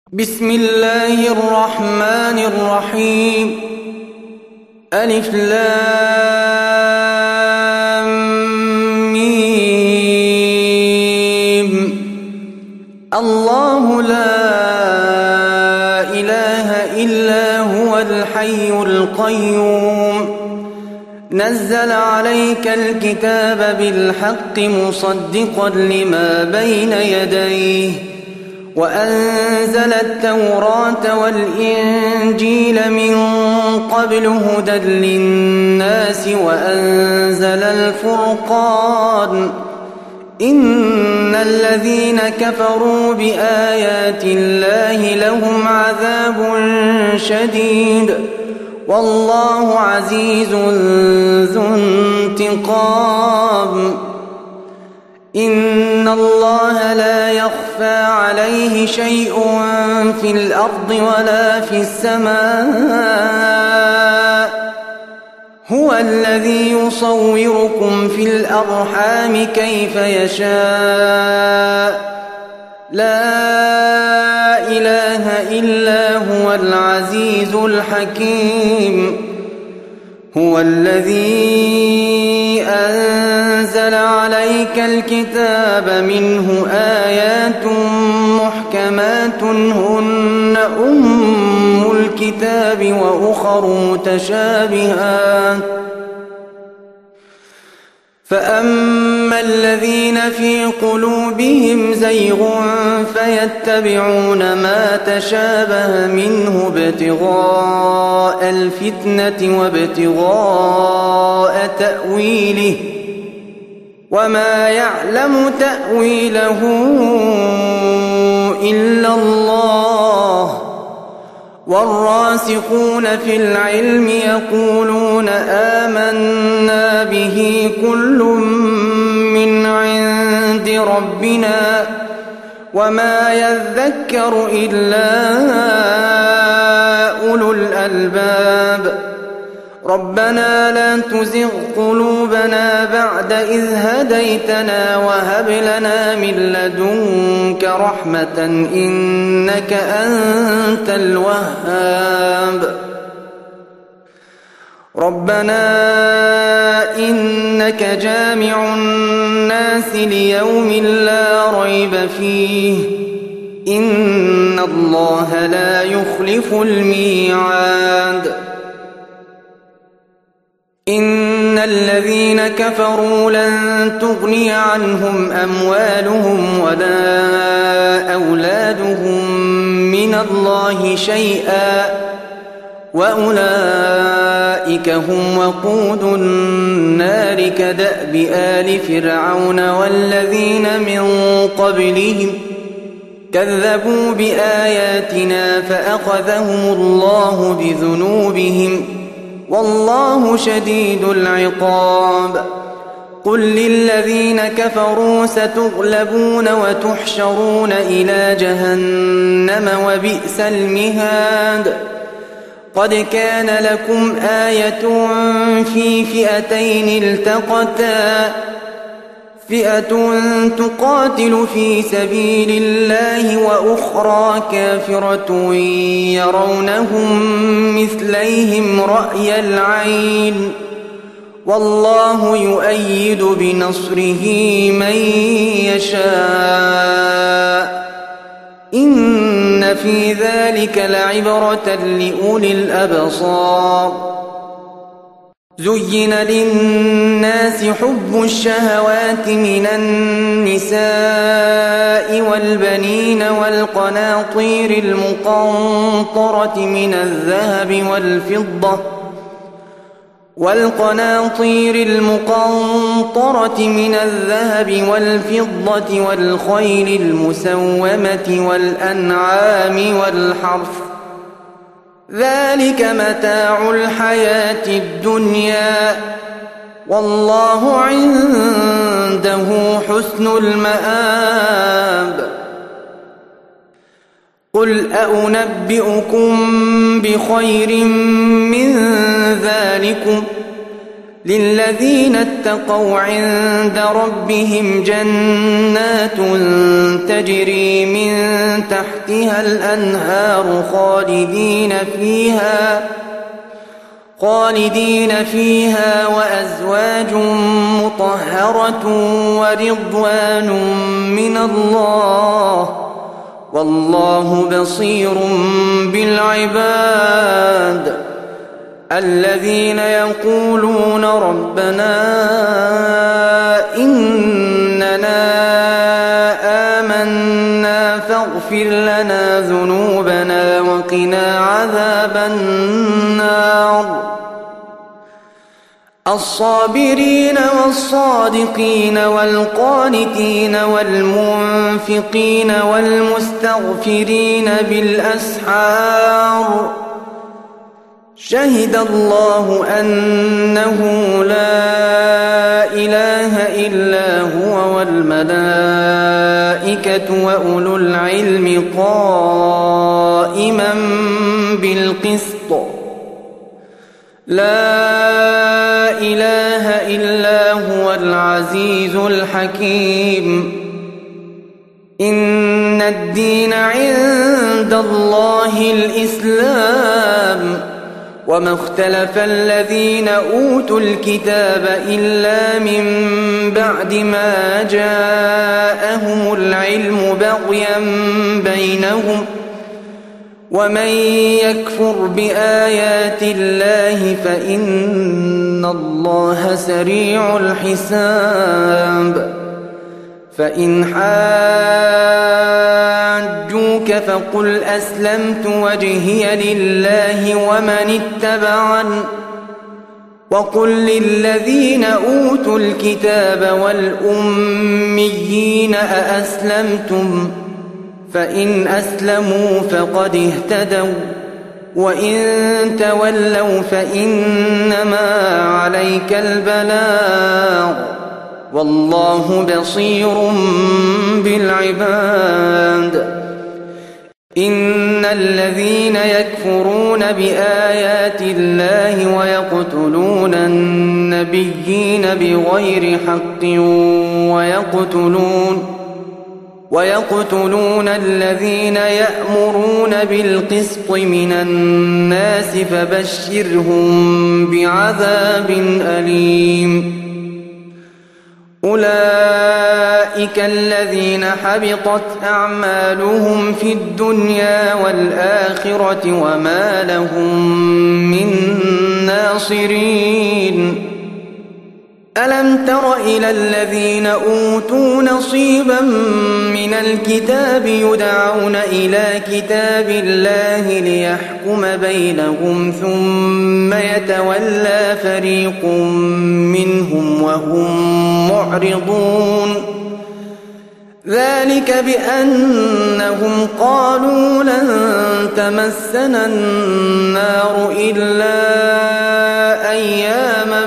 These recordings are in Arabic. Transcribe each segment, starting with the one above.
بسم الله الرحمن الرحيم. ألف لام ميم. الله لا إله إلا هو الحي القيوم نزل عليك الكتاب بالحق مصدقا لما بين يديه وأنزل التوراة والإنجيل من قبل هدى للناس وأنزل الفرقان إن الذين كفروا بآيات الله لهم عذاب شديد والله عزيز ذو انتقام. إن الله لا يخفى عليه شيء في الأرض ولا في السماء هو الذي يصوركم في الأرحام كيف يشاء لا إله إلا هو العزيز الحكيم. هو الذي أنزل عليك الكتاب منه آيات محكمات هن أم الكتاب وأخر متشابهات فأما الذين في قلوبهم زيغ فيتبعون ما تشابه منه ابتغاء الفتنة وابتغاء تأويله وما يعلم تأويله إلا الله والراسخون في العلم يقولون آمنا به كل من عند ربنا وما يذكر إلا أولو الألباب. ربنا لا تزغ قلوبنا بعد إذ هديتنا وهب لنا من لدنك رحمة إنك أنت الوهاب. ربنا إنك جامع الناس ليوم لا ريب فيه إن الله لا يخلف الميعاد. إن الذين كفروا لن تغني عنهم أموالهم ولا أولادهم من الله شيئا وأولئك هم وقود النار كدأب آل فرعون والذين من قبلهم كذبوا بآياتنا فأخذهم الله بذنوبهم والله شديد العقاب. قل للذين كفروا ستغلبون وتحشرون إلى جهنم وبئس المهاد. قد كان لكم آية في فئتين التقتا فئة تقاتل في سبيل الله وأخرى كافرة يرونهم مثليهم رأي العين والله يؤيد بنصره من يشاء إن في ذلك لعبرة لأولي الأبصار. زين للناس حب الشهوات من النساء والبنين والقناطير المقنطرة من الذهب والفضة والخيل المسومة والأنعام والحرث ذلك متاع الحياة الدنيا والله عنده حسن المآب. قل أنبئكم بخير من ذلكم للذين اتقوا عند ربهم جنات تجري من تحتها الأنهار خالدين فيها وأزواج مطهرة ورضوان من الله والله بصير بالعباد الذين يقولون ربنا إننا آمنا فاغفر لنا ذنوبنا وقنا عذاب النار الصابرين والصادقين والقانتين والمنفقين والمستغفرين بالأسحار شهد الله أنه لا إله إلا هو والملائكة وأولو العلم قائما بالقسط لا إله إلا هو العزيز الحكيم إن الدين عند الله الإسلام وما اختلف الذين أوتوا الكتاب إلا من بعد ما جاءهم العلم بغيا بينهم ومن يكفر بآيات الله فإن الله سريع الحساب فإن حاجوك فقل أسلمت وجهي لله ومن اتبعني وقل للذين أوتوا الكتاب والأميين أأسلمتم فإن أسلموا فقد اهتدوا وإن تولوا فإنما عليك البلاغ والله بصير بالعباد إن الذين يكفرون بآيات الله ويقتلون النبيين بغير حق ويقتلون الذين يأمرون بالقسط من الناس فبشرهم بعذاب أليم أولئك الذين حبطت أعمالهم في الدنيا والآخرة وما لهم من ناصرين ألم تر إلى الذين أوتوا نصيبا من الكتاب يدعون إلى كتاب الله ليحكم بينهم ثم يتولى فريق منهم وهم معرضون ذلك بأنهم قالوا لن تمسنا النار إلا أياما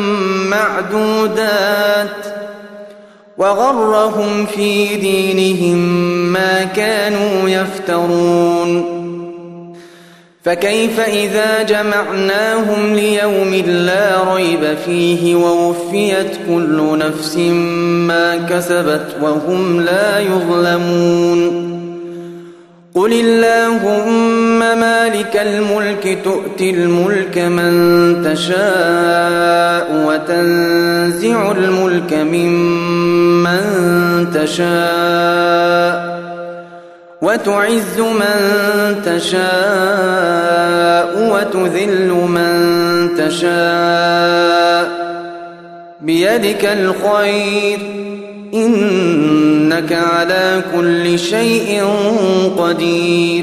معدودات وغرهم في دينهم ما كانوا يفترون فكيف إذا جمعناهم ليوم لا ريب فيه ووفيت كل نفس ما كسبت وهم لا يظلمون قل اللهم مالك الملك تؤتي الملك من تشاء وتنزع الملك ممن تشاء وتعز من تشاء وتذل من تشاء بيدك الخير إنك على كل شيء قدير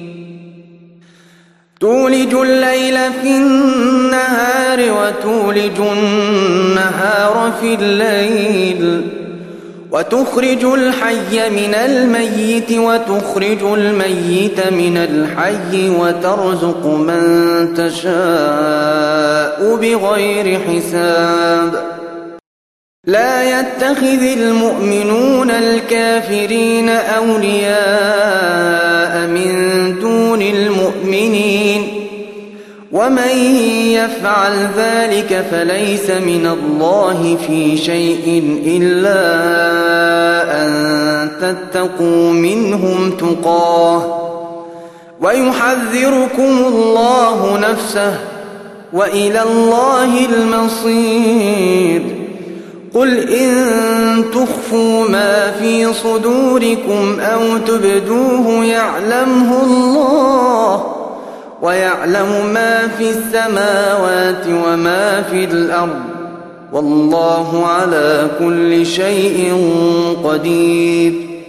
تولج الليل في النهار وتولج النهار في الليل وتخرج الحي من الميت وتخرج الميت من الحي وترزق من تشاء بغير حساب لا يتخذ المؤمنون الكافرين أولياء من دون المؤمنين ومن يفعل ذلك فليس من الله في شيء إلا أن تتقوا منهم تقاه ويحذركم الله نفسه وإلى الله المصير. قل إن تخفوا ما في صدوركم أو تبدوه يعلمه الله ويعلم ما في السماوات وما في الأرض والله على كل شيء قدير.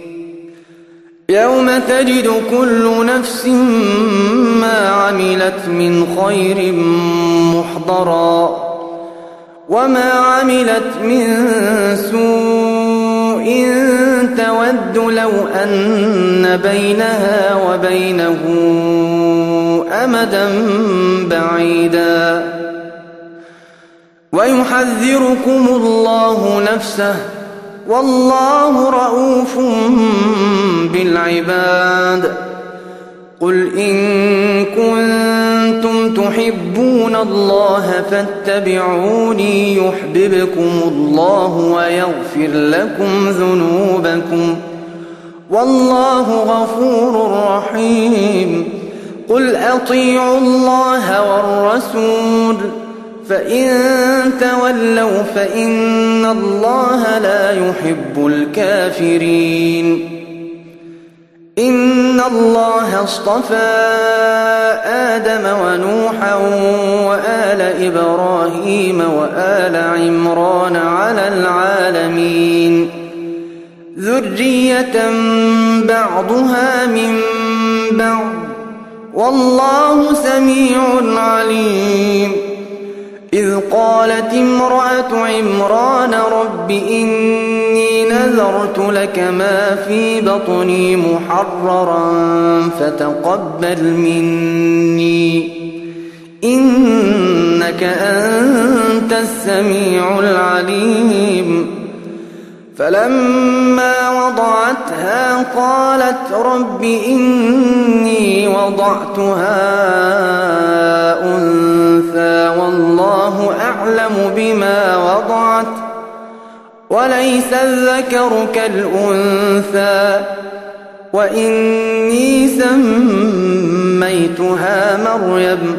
يوم تجد كل نفس ما عملت من خير محضرا وما عملت من سوء تود لو أن بينها وبينه أمدا بعيدا ويحذركم الله نفسه والله رؤوف بالعباد. قل إن كنتم تحبون الله فاتبعوني يحببكم الله ويغفر لكم ذنوبكم والله غفور رحيم. قل أطيعوا الله والرسول فإن تولوا فإن الله لا يحب الكافرين. إن الله اصطفى آدم ونوحا وآل إبراهيم وآل عمران على العالمين ذرية بعضها من بعض والله سميع عليم. إذ قالت امرأة عمران رب إني نذرت لك ما في بطني محررا فتقبل مني إنك أنت السميع العليم. فلما وضعتها قالت رب إني وضعتها أنثى والله أعلم بما وضعت وليس الذكر كالأنثى وإني سميتها مريم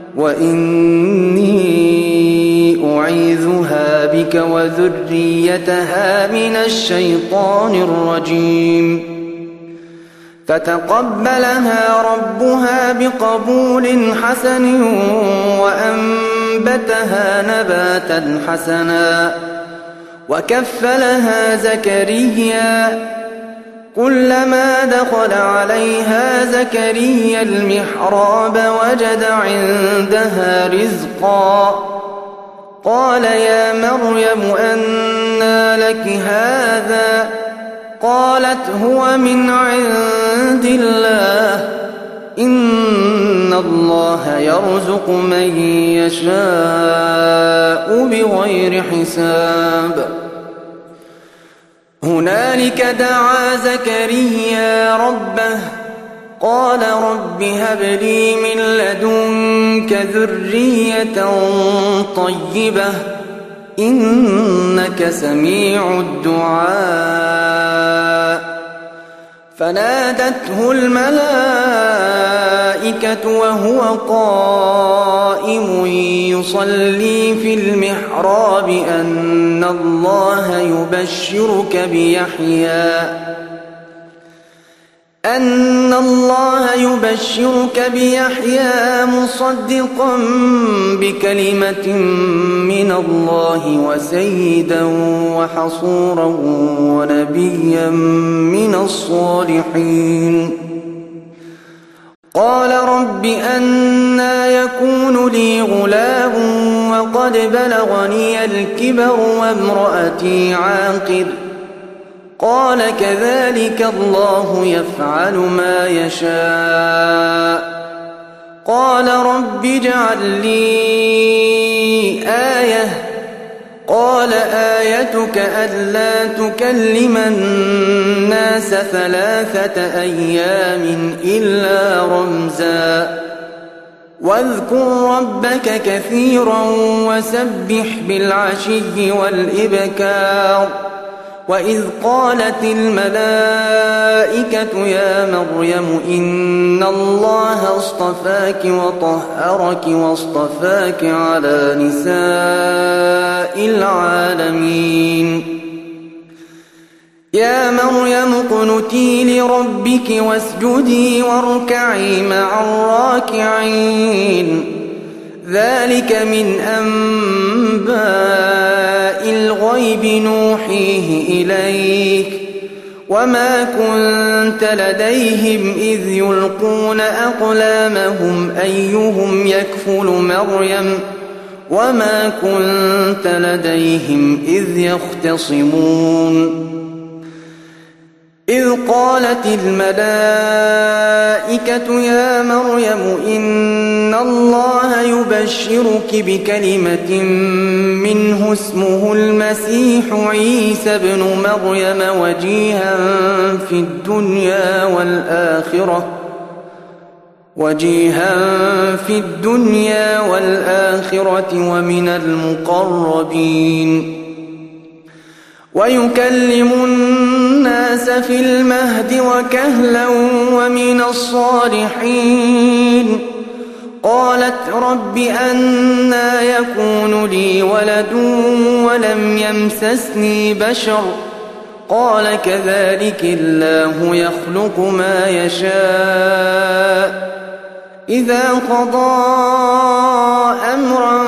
وإني أعيذها بك وذريتها من الشيطان الرجيم. فتقبلها ربها بقبول حسن وأنبتها نباتا حسنا وكفلها زكريا كلما دخل عليها زكريا المحراب وجد عندها رزقا قال يا مريم أنى لك هذا قالت هو من عند الله إن الله يرزق من يشاء بغير حساب. هنالك دعا زكريا ربه قال رب هب لي من لدنك ذرية طيبة إنك سميع الدعاء. فنادته الملائكة وهو قائم يصلي في المحراب أن الله يبشرك بيحيى مصدقا بكلمة من الله وسيدا وحصورا ونبيا من الصالحين. قال رب أنى يكون لي غلام وقد بلغني الكبر وامرأتي عاقر قال كذلك الله يفعل ما يشاء. قال رب اجعل لي آية قال آيتك ألا تكلم الناس 3 أيام إلا رمزا واذكر ربك كثيرا وسبح بالعشي والإبكار. وإذ قالت الملائكة يا مريم إن الله اصطفاك وطهرك واصطفاك على نساء العالمين. يا مريم اقنتي لربك واسجدي واركعي مع الراكعين. ذلك من أنباء الغيب نوحيه إليك وما كنت لديهم إذ يلقون أقلامهم أيهم يكفل مريم وما كنت لديهم إذ يختصمون. إذ قالت الملائكة يا مريم إن الله يبشرك بكلمة منه اسمه المسيح عيسى بن مريم وجيها في الدنيا والآخرة ومن المقربين ويكلم الناس في المهد وكهلا ومن الصالحين. قالت رب أنى يكون لي ولد ولم يمسسني بشر قال كذلك الله يخلق ما يشاء إذا قضى أمرا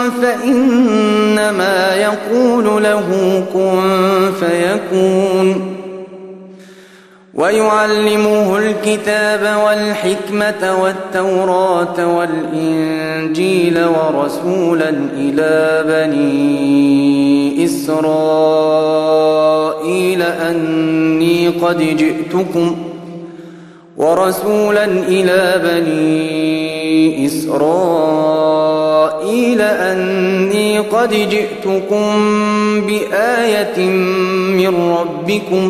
فإنما يقول له كن فيكون. ويعلمه الكتاب والحكمة والتوراة والإنجيل ورسولا إلى بني إسرائيل أني قد جئتكم بآية من ربكم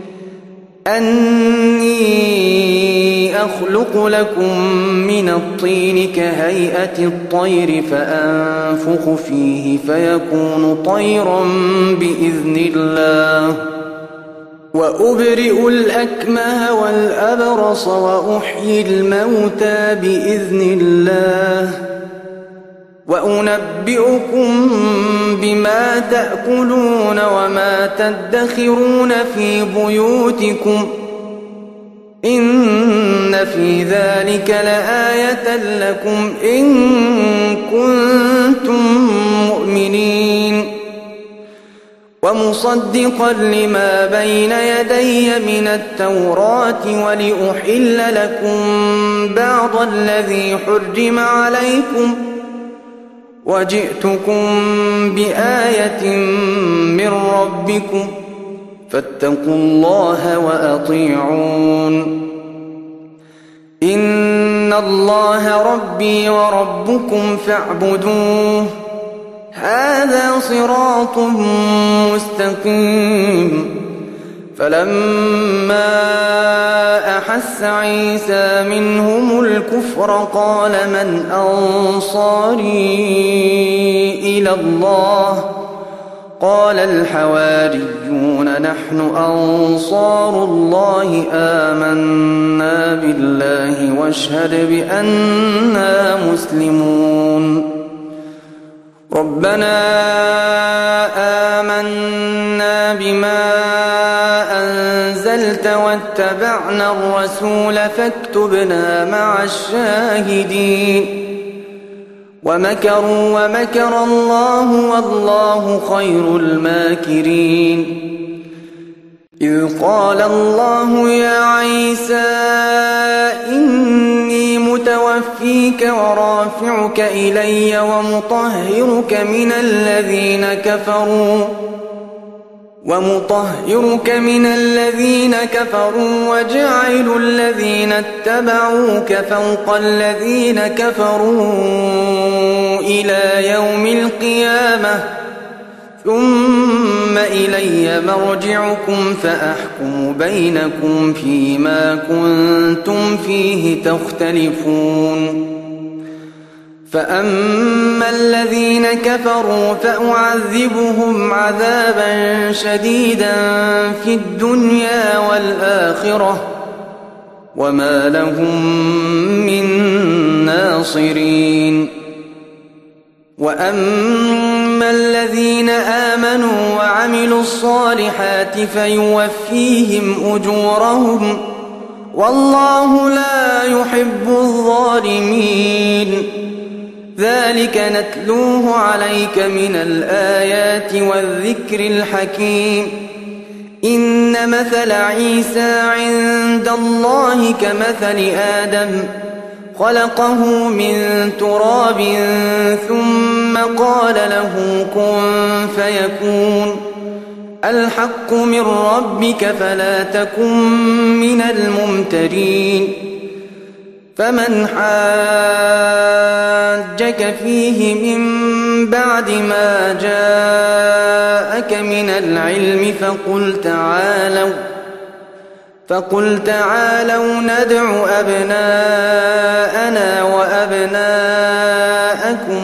أني أخلق لكم من الطين كهيئة الطير فأنفخ فيه فيكون طيرا بإذن الله وأبرئ الأكمه والأبرص وأحيي الموتى بإذن الله وأنبئكم بما تأكلون وما تدخرون في بيوتكم إن في ذلك لآية لكم إن كنتم مؤمنين. ومصدقا لما بين يدي من التوراة ولأحل لكم بعض الذي حرم عليكم وجئتكم بآية من ربكم فاتقوا الله وأطيعون. إن الله ربي وربكم فاعبدوه هذا صراط مستقيم. فلما أحس عيسى منهم الكفر قال من أنصاري إلى الله قال الحواريون نحن أنصار الله آمنا بالله واشهد بأننا مسلمون. ربنا آمنا بما أنزلت واتبعنا الرسول فاكتبنا مع الشاهدين. ومكروا ومكر الله والله خير الماكرين. إذ قال الله يا عيسى إني متوفيك ورافعك إلي ومطهرك من الذين كفروا وجاعل الذين اتبعوك فوق الذين كفروا إلى يوم القيامة ثم إلي مرجعكم فأحكم بينكم فيما كنتم فيه تختلفون. فأما الذين كفروا فأعذبهم عذابا شديدا في الدنيا والآخرة وما لهم من ناصرين. وأما الذين آمنوا وعملوا الصالحات فيوفيهم أجورهم والله لا يحب الظالمين. ذلك نتلوه عليك من الآيات والذكر الحكيم. إن مثل عيسى عند الله كمثل آدم خلقه من تراب ثم قال له كن فيكون. الحق من ربك فلا تكن من الممترين. فمن حاجك فيه من بعد ما جاءك من العلم فقل تعالوا ندع أبناءنا وأبناءكم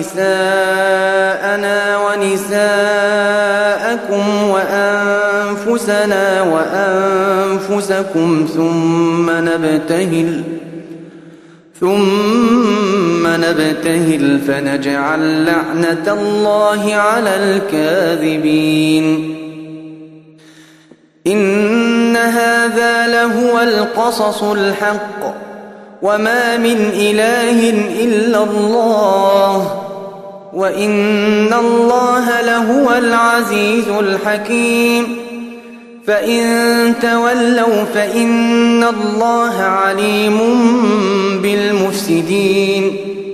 ونساءنا ونساءكم وأنفسنا وأنفسكم ثم نبتهل فنجعل لعنة الله على الكاذبين. إن هذا لهو القصص الحق وما من إله إلا الله وإن الله لهو العزيز الحكيم. فإن تولوا فإن الله عليم بالمفسدين.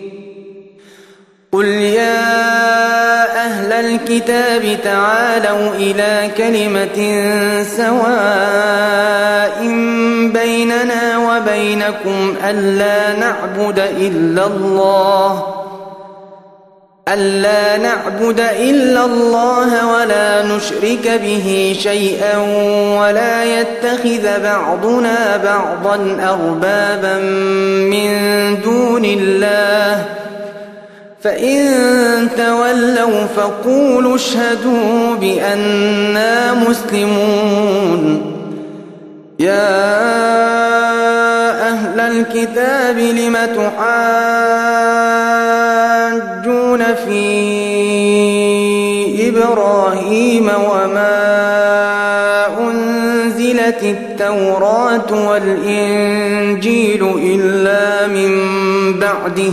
قل يا أهل الكتاب تعالوا إلى كلمة سواء بيننا وبينكم ألا نعبد إلا الله ولا نشرك به شيئا ولا يتخذ بعضنا بعضا أربابا من دون الله. فإن تولوا فقولوا اشهدوا بأننا مسلمون. يا أهل الكتاب لم تحاجون في إبراهيم وما أنزلت التوراة والإنجيل إلا من بعده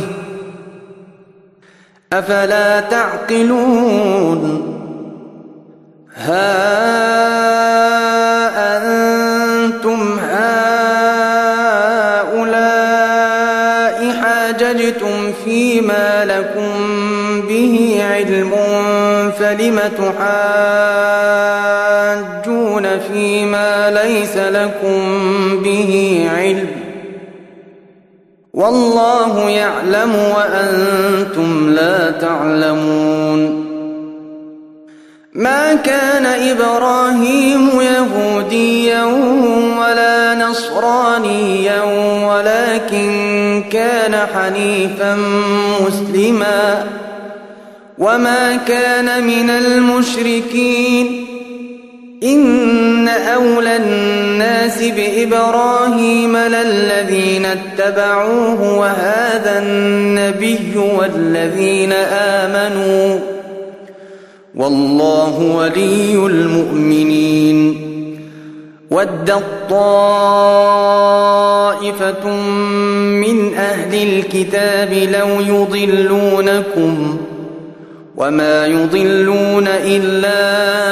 أفلا تعقلون. ها أنتم هؤلاء حاججتم فيما لكم به علم فلم تحاجون فيما ليس لكم به علم والله يعلم وأنتم لا تعلمون. ما كان إبراهيم يهوديا ولا نصرانيا ولكن كان حنيفا مسلما وما كان من المشركين. إن أولى الناس بإبراهيم للذين اتبعوه وهذا النبي والذين آمنوا والله ولي المؤمنين. ودت طائفة من أهل الكتاب لو يضلونكم وما يضلون إلا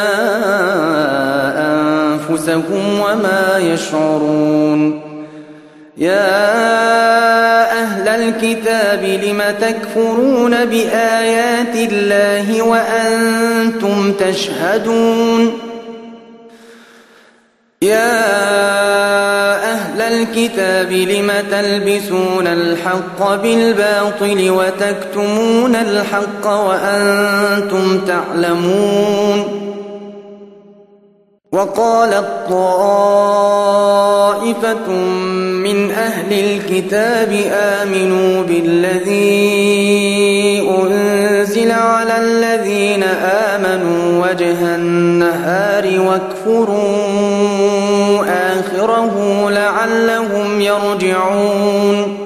أنفسهم وما يشعرون. يا أهل الكتاب لم تكفرون بآيات الله وأنتم تشهدون. يا أهل الكتاب لم تلبسون الحق بالباطل وتكتمون الحق وأنتم تعلمون. وقالت طائفة من أهل الكتاب آمنوا بالذي أنزل على الذين آمنوا وجه النهار واكفروا آخره لعلهم يرجعون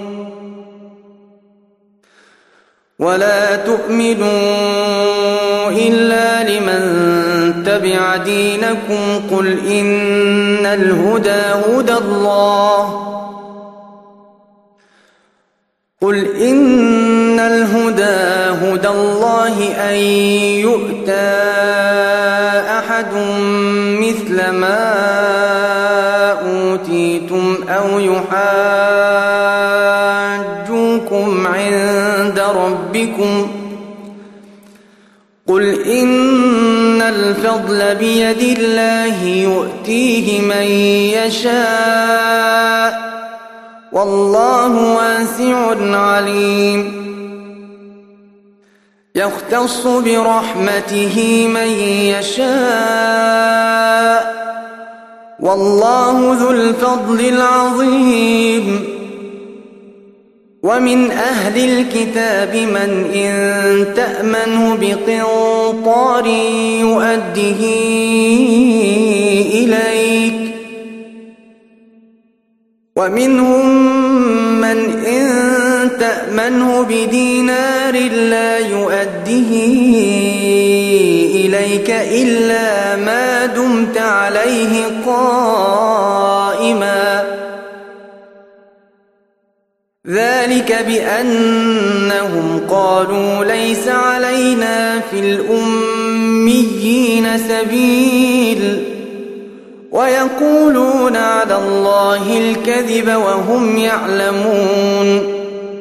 ولا تؤمنوا إلا لمن تبع دينكم قل إن الهدى هدى الله أن يؤتى أحد مثل ما أوتيتم أو يحاجوكم عند ربكم قل إن الفضل بيد الله يؤتيه من يشاء والله واسع عليم يختص برحمته من يشاء والله ذو الفضل العظيم ومن أهل الكتاب من إن تأمنه بقنطار يؤده إليك ومنهم من إن تأمنه بدينار لا يؤده إليك إلا ما دمت عليه قائما ذلك بأنهم قالوا ليس علينا في الأميين سبيل ويقولون على الله الكذب وهم يعلمون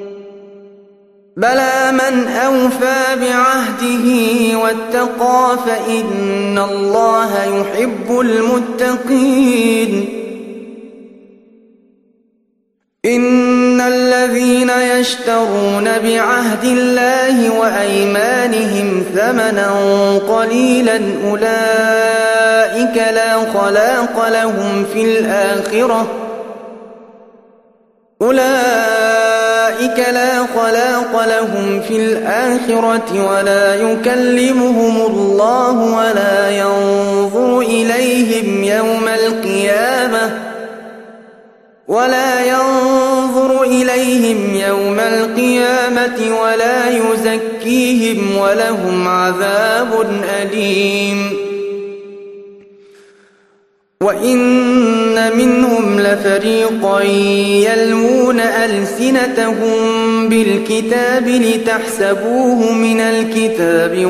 بلى من أوفى بعهده واتقى فإن الله يحب المتقين إن الذين يشترون بعهد الله وأيمانهم ثمنا قليلا أولئك لا خلاق لهم في الآخرة ولا يكلمهم الله ولا ينظر إليهم يوم القيامة ولا يزكيهم ولهم عذاب أليم وإن منهم لفريقا يلوون ألسنتهم بالكتاب لتحسبوه من الكتاب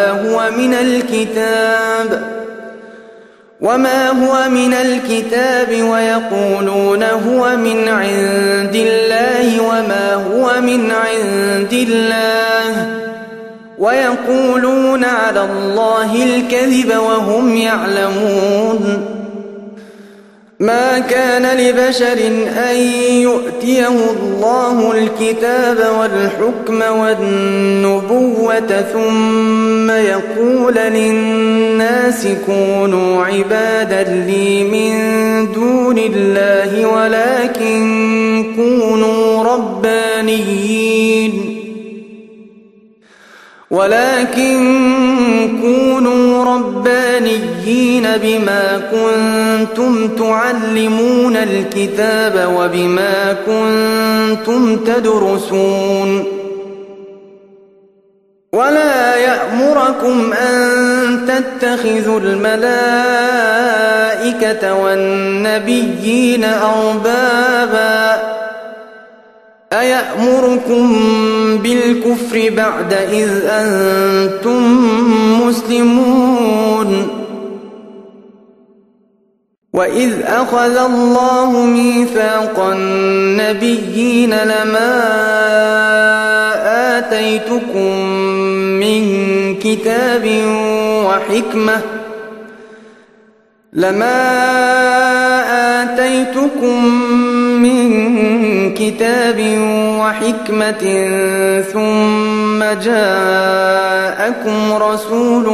وما هو من الكتاب ويقولون هو من عند الله وما هو من عند الله ويقولون على الله الكذب وهم يعلمون ما كان لبشر أن يؤتيه الله الكتاب والحكم والنبوة ثم يقول للناس كونوا عبادا لي من دون الله ولكن كونوا ربانيين بما كنتم تعلمون الكتاب وبما كنتم تدرسون ولا يأمركم أن تتخذوا الملائكة والنبيين أربابا أيأمركم بالكفر بعد إذ أنتم مسلمون وإذ أخذ الله ميثاق النبيين لما آتيتكم من من كتاب وحكمة ثم جاءكم رسول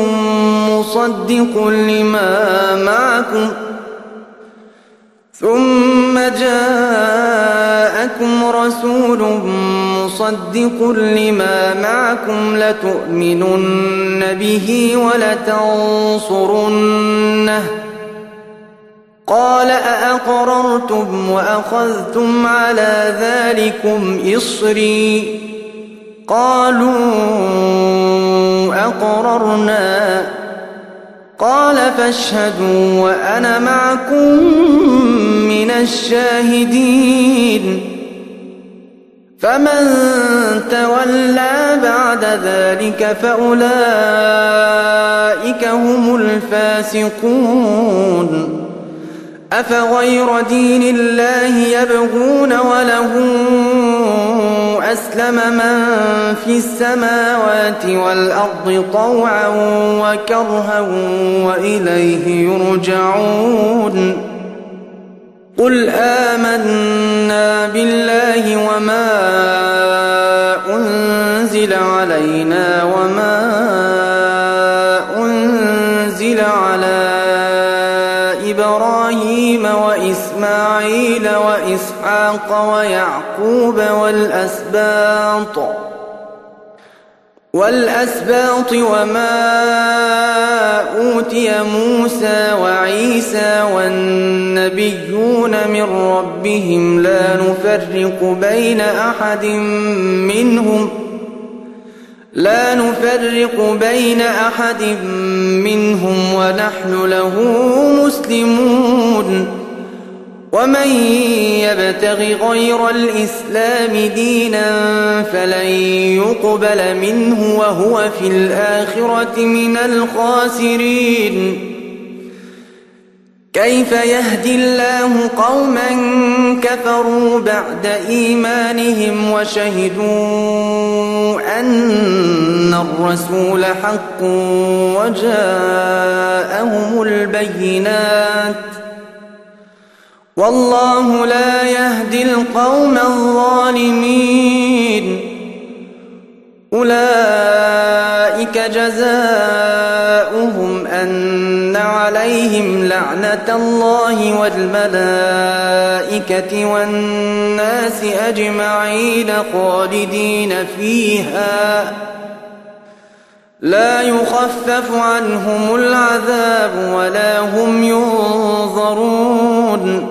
مصدق لما معكم لتؤمنن به ولتنصرنه قال أأقررتم وأخذتم على ذلكم إصري قالوا أقررنا قال فاشهدوا وأنا معكم من الشاهدين فمن تولى بعد ذلك فأولئك هم الفاسقون أفغير دين الله يبغون وله أسلم من في السماوات والأرض طوعا وكرها وإليه يرجعون قل آمنا بالله وما أنزل علينا وما أنزل على إبراهيم وإسماعيل وإسحاق ويعقوب والأسباط وما أوتي موسى وعيسى والنبيون من ربهم لا نفرق بين أحد منهم ونحن له مسلمون ومن يبتغ غير الإسلام دينا فلن يقبل منه وهو في الآخرة من الخاسرين كيف يهدي الله قوما كفروا بعد إيمانهم وشهدوا أن الرسول حق وجاءهم البينات والله لا يهدي القوم الظالمين أولئك جزاؤهم أن عليهم لعنة الله والملائكة والناس أجمعين خالدين فيها لا يخفف عنهم العذاب ولا هم ينظرون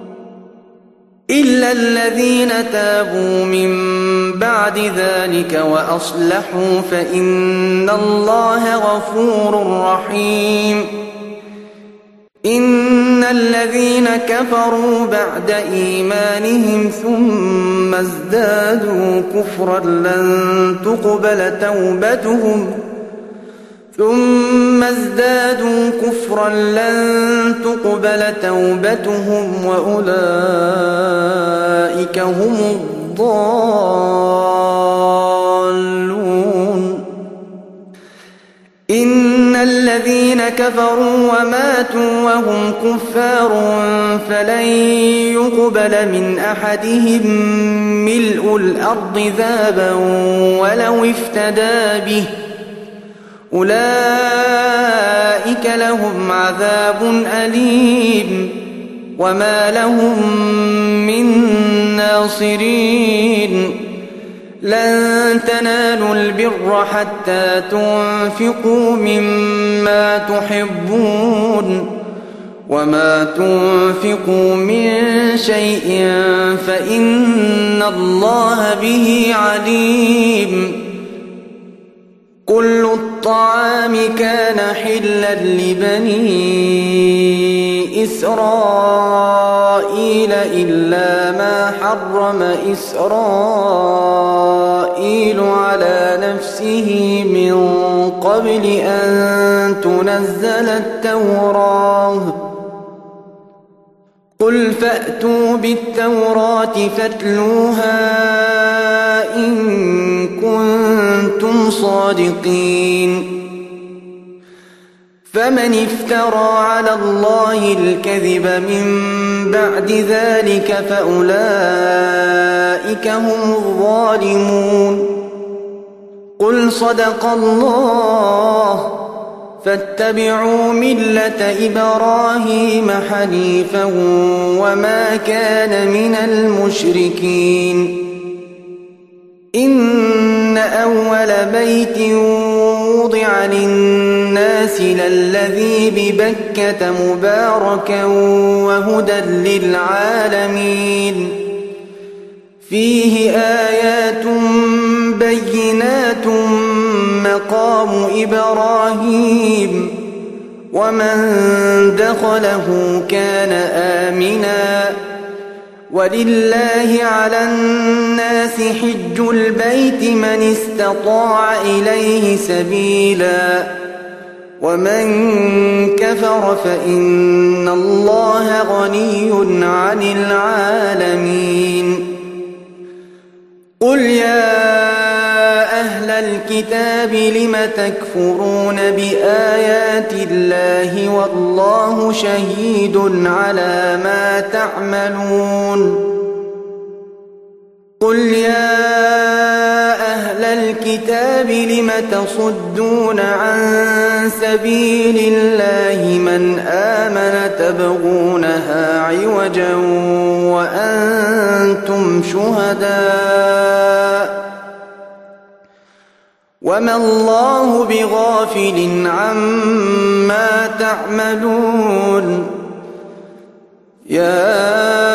إلا الذين تابوا من بعد ذلك وأصلحوا فإن الله غفور رحيم إن الذين كفروا بعد إيمانهم ثم ازدادوا كفرا لن تقبل توبتهم وأولئك هم الضالون إن الذين كفروا وماتوا وهم كفار فلن يقبل من أحدهم ملء الأرض ذهبا ولو افتدى به أولئك لهم عذاب أليم وما لهم من ناصرين لن تنالوا البر حتى تنفقوا مما تحبون وما تنفقوا من شيء فإن الله به عليم كل الطعام كان حلا لبني إسرائيل إلا ما حرم إسرائيل على نفسه من قبل أن تنزل التوراة قل فأتوا بالتوراة فاتلوها إن كنتم صادقين فمن افترى على الله الكذب من بعد ذلك فأولئك هم الظالمون. قل صدق الله، فاتبعوا ملة إبراهيم حنيفا وما كان من المشركين. إن أول بيت وضع للناس للذي ببكة مباركا وهدى للعالمين، فيه آيات بينات مقام إبراهيم، ومن دخله كان آمنا، ولله على الناس حج البيت من استطاع إليه سبيلا، ومن كفر فإن الله غني عن العالمين. قل يا أهل الكتاب لم تكفرون بآيات الله والله شهيد على ما تعملون. قل يا أهل الكتاب لم تصدون عن سبيل الله من آمن تبغونها عوجا وأنتم شهداء، وما الله بغافل عما تعملون. يا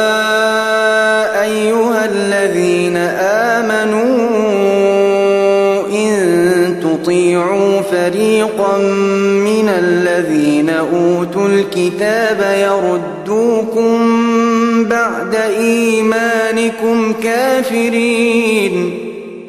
أيها الذين آمنوا إن تطيعوا فريقا من الذين أوتوا الكتاب يردوكم بعد إيمانكم كافرين،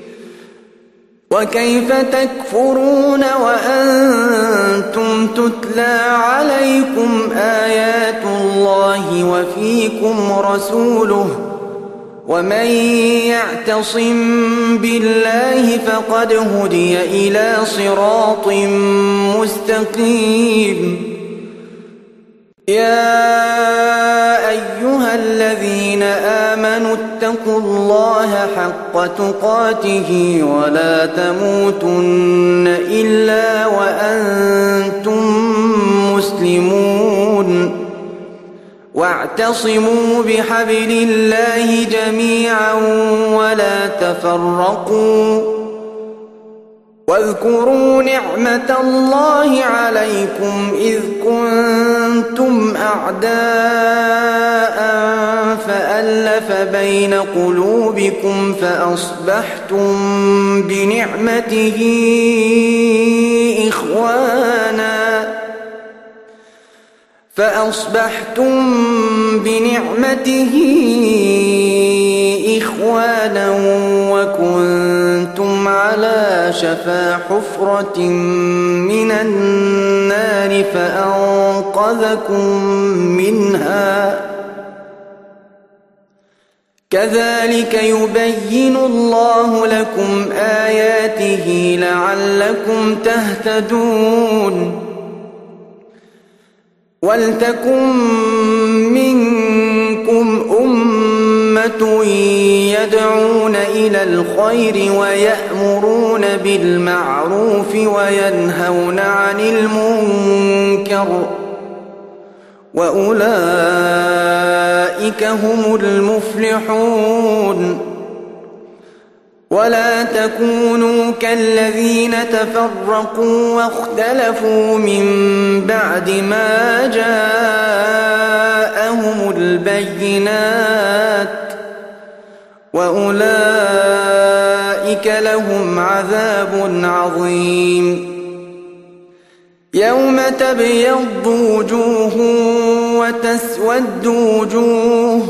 وكيف تكفرون وأنتم تتلى عليكم آيات الله وفيكم رسوله، ومن يعتصم بالله فقد هدي إلى صراط مستقيم. يا أيها الذين آمنوا اتقوا الله حق تقاته ولا تموتن إلا وأنتم مسلمون، واعتصموا بحبل الله جميعا ولا تفرقوا، واذكروا نعمة الله عليكم إذ كنتم أعداء فألف بين قلوبكم فأصبحتم بنعمته إخوانا وكنتم على شفا حفرة من النار فأنقذكم منها. كذلك يبين الله لكم آياته لعلكم تهتدون. ولتكن منكم أمة يدعون إلى الخير ويأمرون بالمعروف وينهون عن المنكر، وأولئك هم المفلحون. ولا تكونوا كالذين تفرقوا واختلفوا من بعد ما جاءهم البينات، وأولئك لهم عذاب عظيم. يوم تبيض وجوه وتسود وجوه،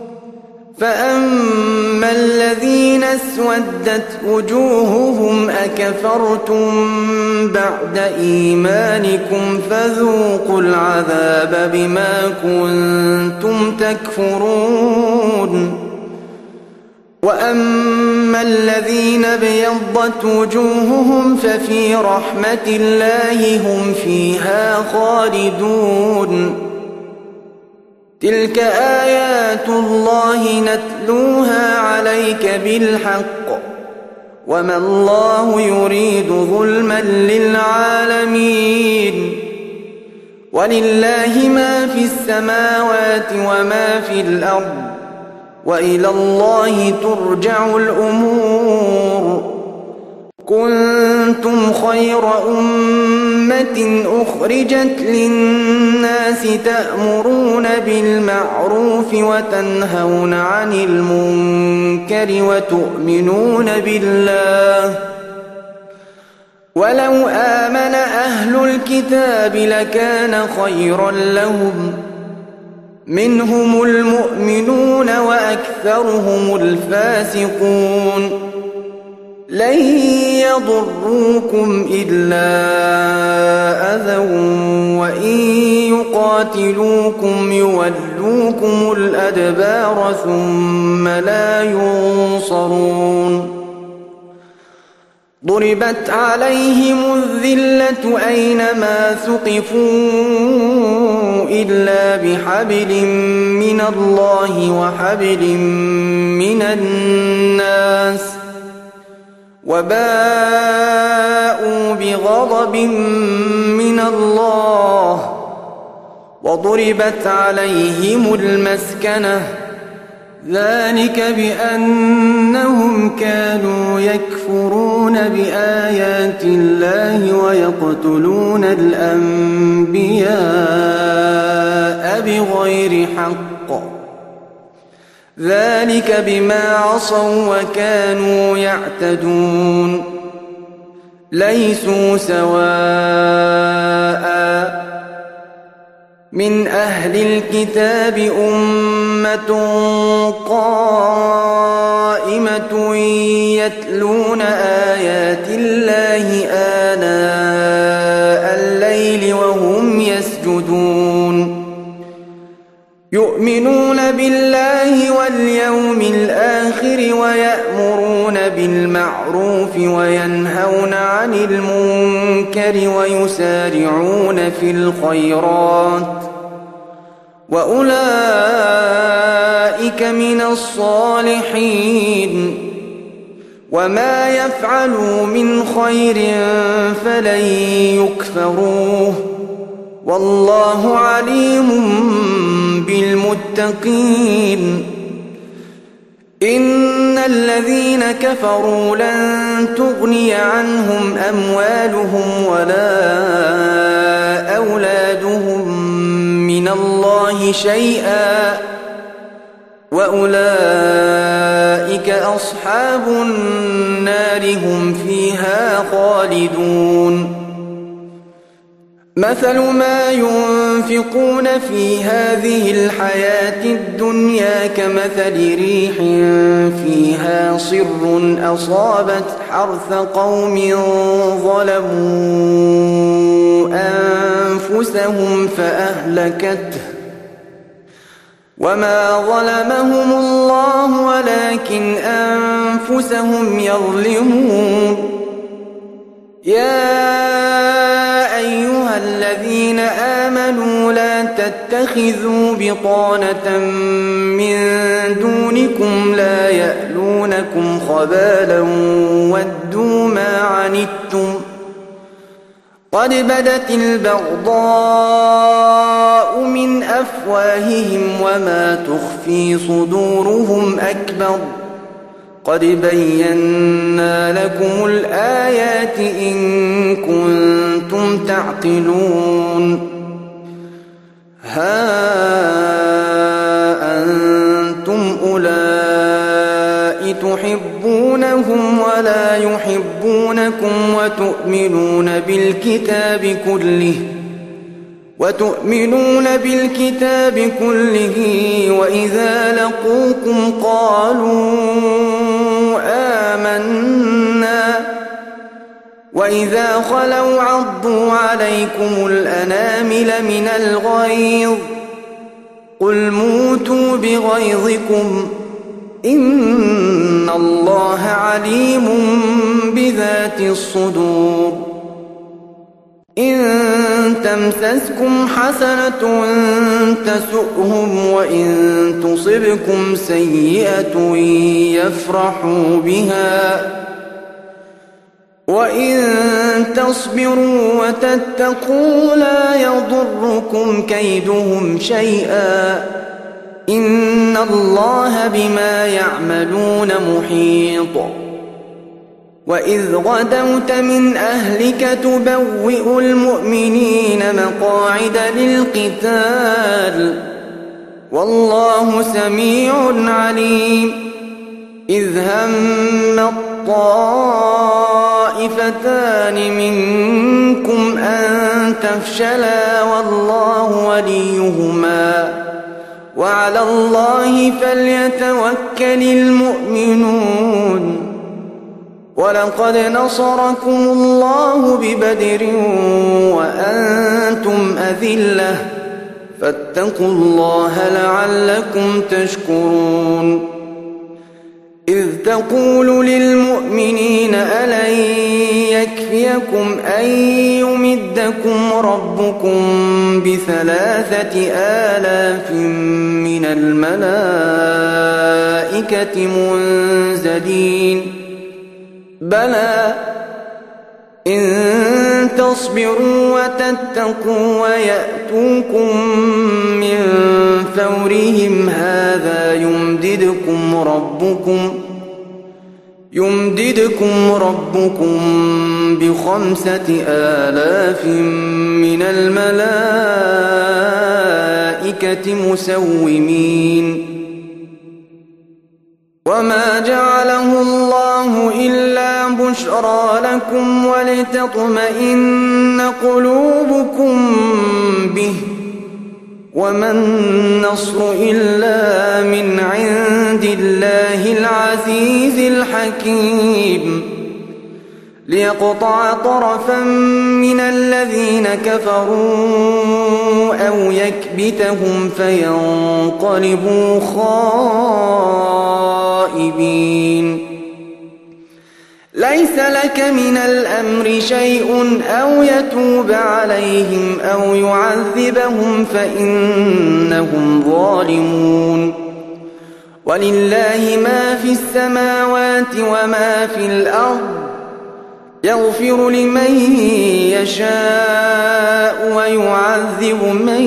فأما الذين اسودت وجوههم أكفرتم بعد إيمانكم فذوقوا العذاب بما كنتم تكفرون. وأما فأما الذين ابيضت وجوههم ففي رحمة الله هم فيها خالدون تلك آيات الله نتلوها عليك بالحق وما الله يريد ظلما للعالمين ولله ما في السماوات وما في الأرض وإلى الله ترجع الأمور كنتم خير أمة أخرجت للناس تأمرون بالمعروف وتنهون عن المنكر وتؤمنون بالله ولو آمن أهل الكتاب لكان خيرا لهم منهم المؤمنون وأكثرهم الفاسقون لن يضروكم إلا أذى وإن يقاتلوكم يولوكم الأدبار ثم لا ينصرون ضربت عليهم الذلة أينما ثقفوا إلا بحبل من الله وحبل من الناس وباءوا بغضب من الله وضربت عليهم المسكنة ذلك بأنهم كانوا يكفرون بآيات الله ويقتلون الأنبياء بغير حق ذلك بما عصوا وكانوا يعتدون ليسوا سواء من أهل الكتاب أمة قائمة يتلون آيات الله آناء الليل وهم يسجدون يؤمنون بالله واليوم الآخر ويأمرون بالمعروف وينهون عن المنكر ويسارعون في الخيرات وأولئك من الصالحين وما يفعلوا من خير فلن يكفروه والله عليم بالمتقين إن الذين كفروا لن تغني عنهم أموالهم ولا أولادهم من الله شيئا وأولئك أصحاب النار هم فيها خالدون مثل ما ينفقون في هذه الحياة الدنيا كمثل ريح فيها صر أصابت حرث قوم ظلموا أنفسهم فأهلكته وما ظلمهم الله ولكن أنفسهم يظلمون يا أيها الذين آمنوا لا تتخذوا بطانة من دونكم لا يألونكم خبالا ودوا ما عنتم قد بدت البغضاء من أفواههم وما تخفي صدورهم أكبر قد بينا لكم الآيات إن كنتم تعقلون ها أنتم أولئك تحبونهم ولا يحبونكم وتؤمنون بالكتاب كله وإذا لقوكم قالوا آمنا وإذا خلوا عضوا عليكم الأنامل من الغيظ قل موتوا بغيظكم إن الله عليم بذات الصدور إن تمسسكم حسنة تسؤهم وإن تصبكم سيئة يفرحوا بها وإن تصبروا وتتقوا لا يضركم كيدهم شيئا إن الله بما يعملون محيط وإذ غدوت من أهلك تبوئ المؤمنين مقاعد للقتال والله سميع عليم إذ هم الطائفتان منكم أن تفشلا والله وليهما وعلى الله فليتوكل المؤمنون ولقد نصركم الله ببدر وأنتم أذلة فاتقوا الله لعلكم تشكرون إذ تقول للمؤمنين ألن يكفيكم أن يمدكم ربكم ب3,000 من الملائكة منزلين بلى إن تصبروا وتتقوا ويأتوكم من فورهم هذا يمددكم ربكم ب5,000 من الملائكة مسومين وما جعله الله إلا بشرى لكم ولتطمئن قلوبكم به وما النصر إلا من عند الله العزيز الحكيم ليقطع طرفا من الذين كفروا أو يكبتهم فينقلبوا خائبين ليس لك من الأمر شيء أو يتوب عليهم أو يعذبهم فإنهم ظالمون ولله ما في السماوات وما في الأرض يغفر لمن يشاء ويعذب من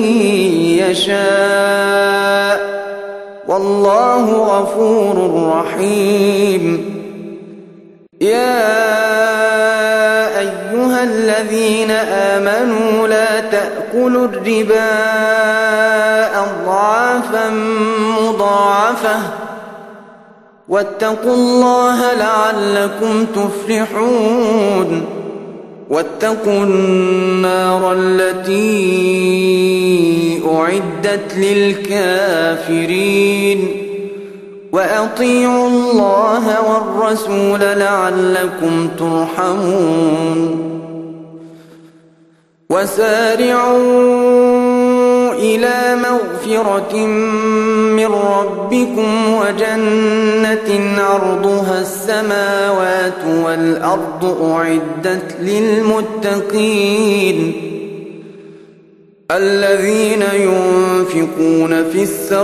يشاء والله غفور رحيم يا أيها الذين آمنوا لا تأكلوا الربا أضعافا مضاعفة واتقوا الله لعلكم تفلحون واتقوا النار التي أعدت للكافرين وأطيعوا الله والرسول لعلكم ترحمون وسارعوا إلى مغفرة من ربكم وجنة عرضها السماوات والأرض أعدت للمتقين الذين ينفقون في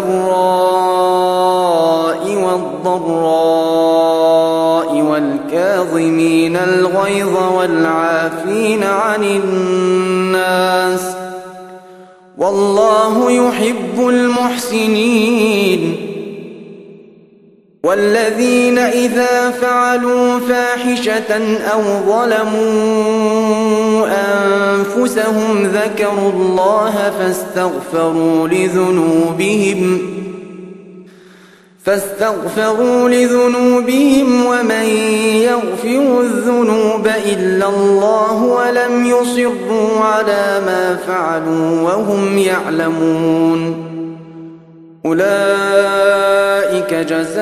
السراء والضراء والكاظمين الغيظ والعافين عن الناس والله يحب المحسنين والذين إذا فعلوا فاحشة أو ظلموا أنفسهم ذكروا الله فاستغفروا لذنوبهم ومن يغفر الذنوب إلا الله ولم يصروا على ما فعلوا وهم يعلمون أولئك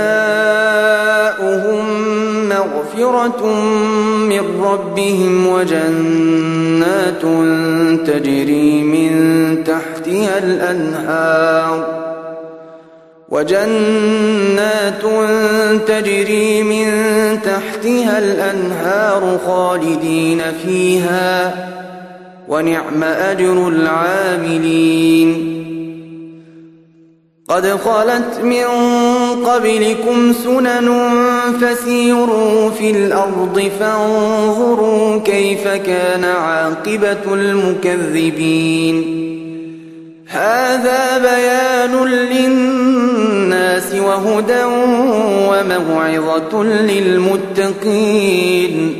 جزاؤهم مغفرة من ربهم وجنات تجري من تحتها الأنهار وجنات تجري من تحتها الأنهار خالدين فيها ونعم أجر العاملين قد خلت من قبلكم سنن فسيروا في الأرض فانظروا كيف كان عاقبة المكذبين هذا بيان للناس وهدى وموعظة للمتقين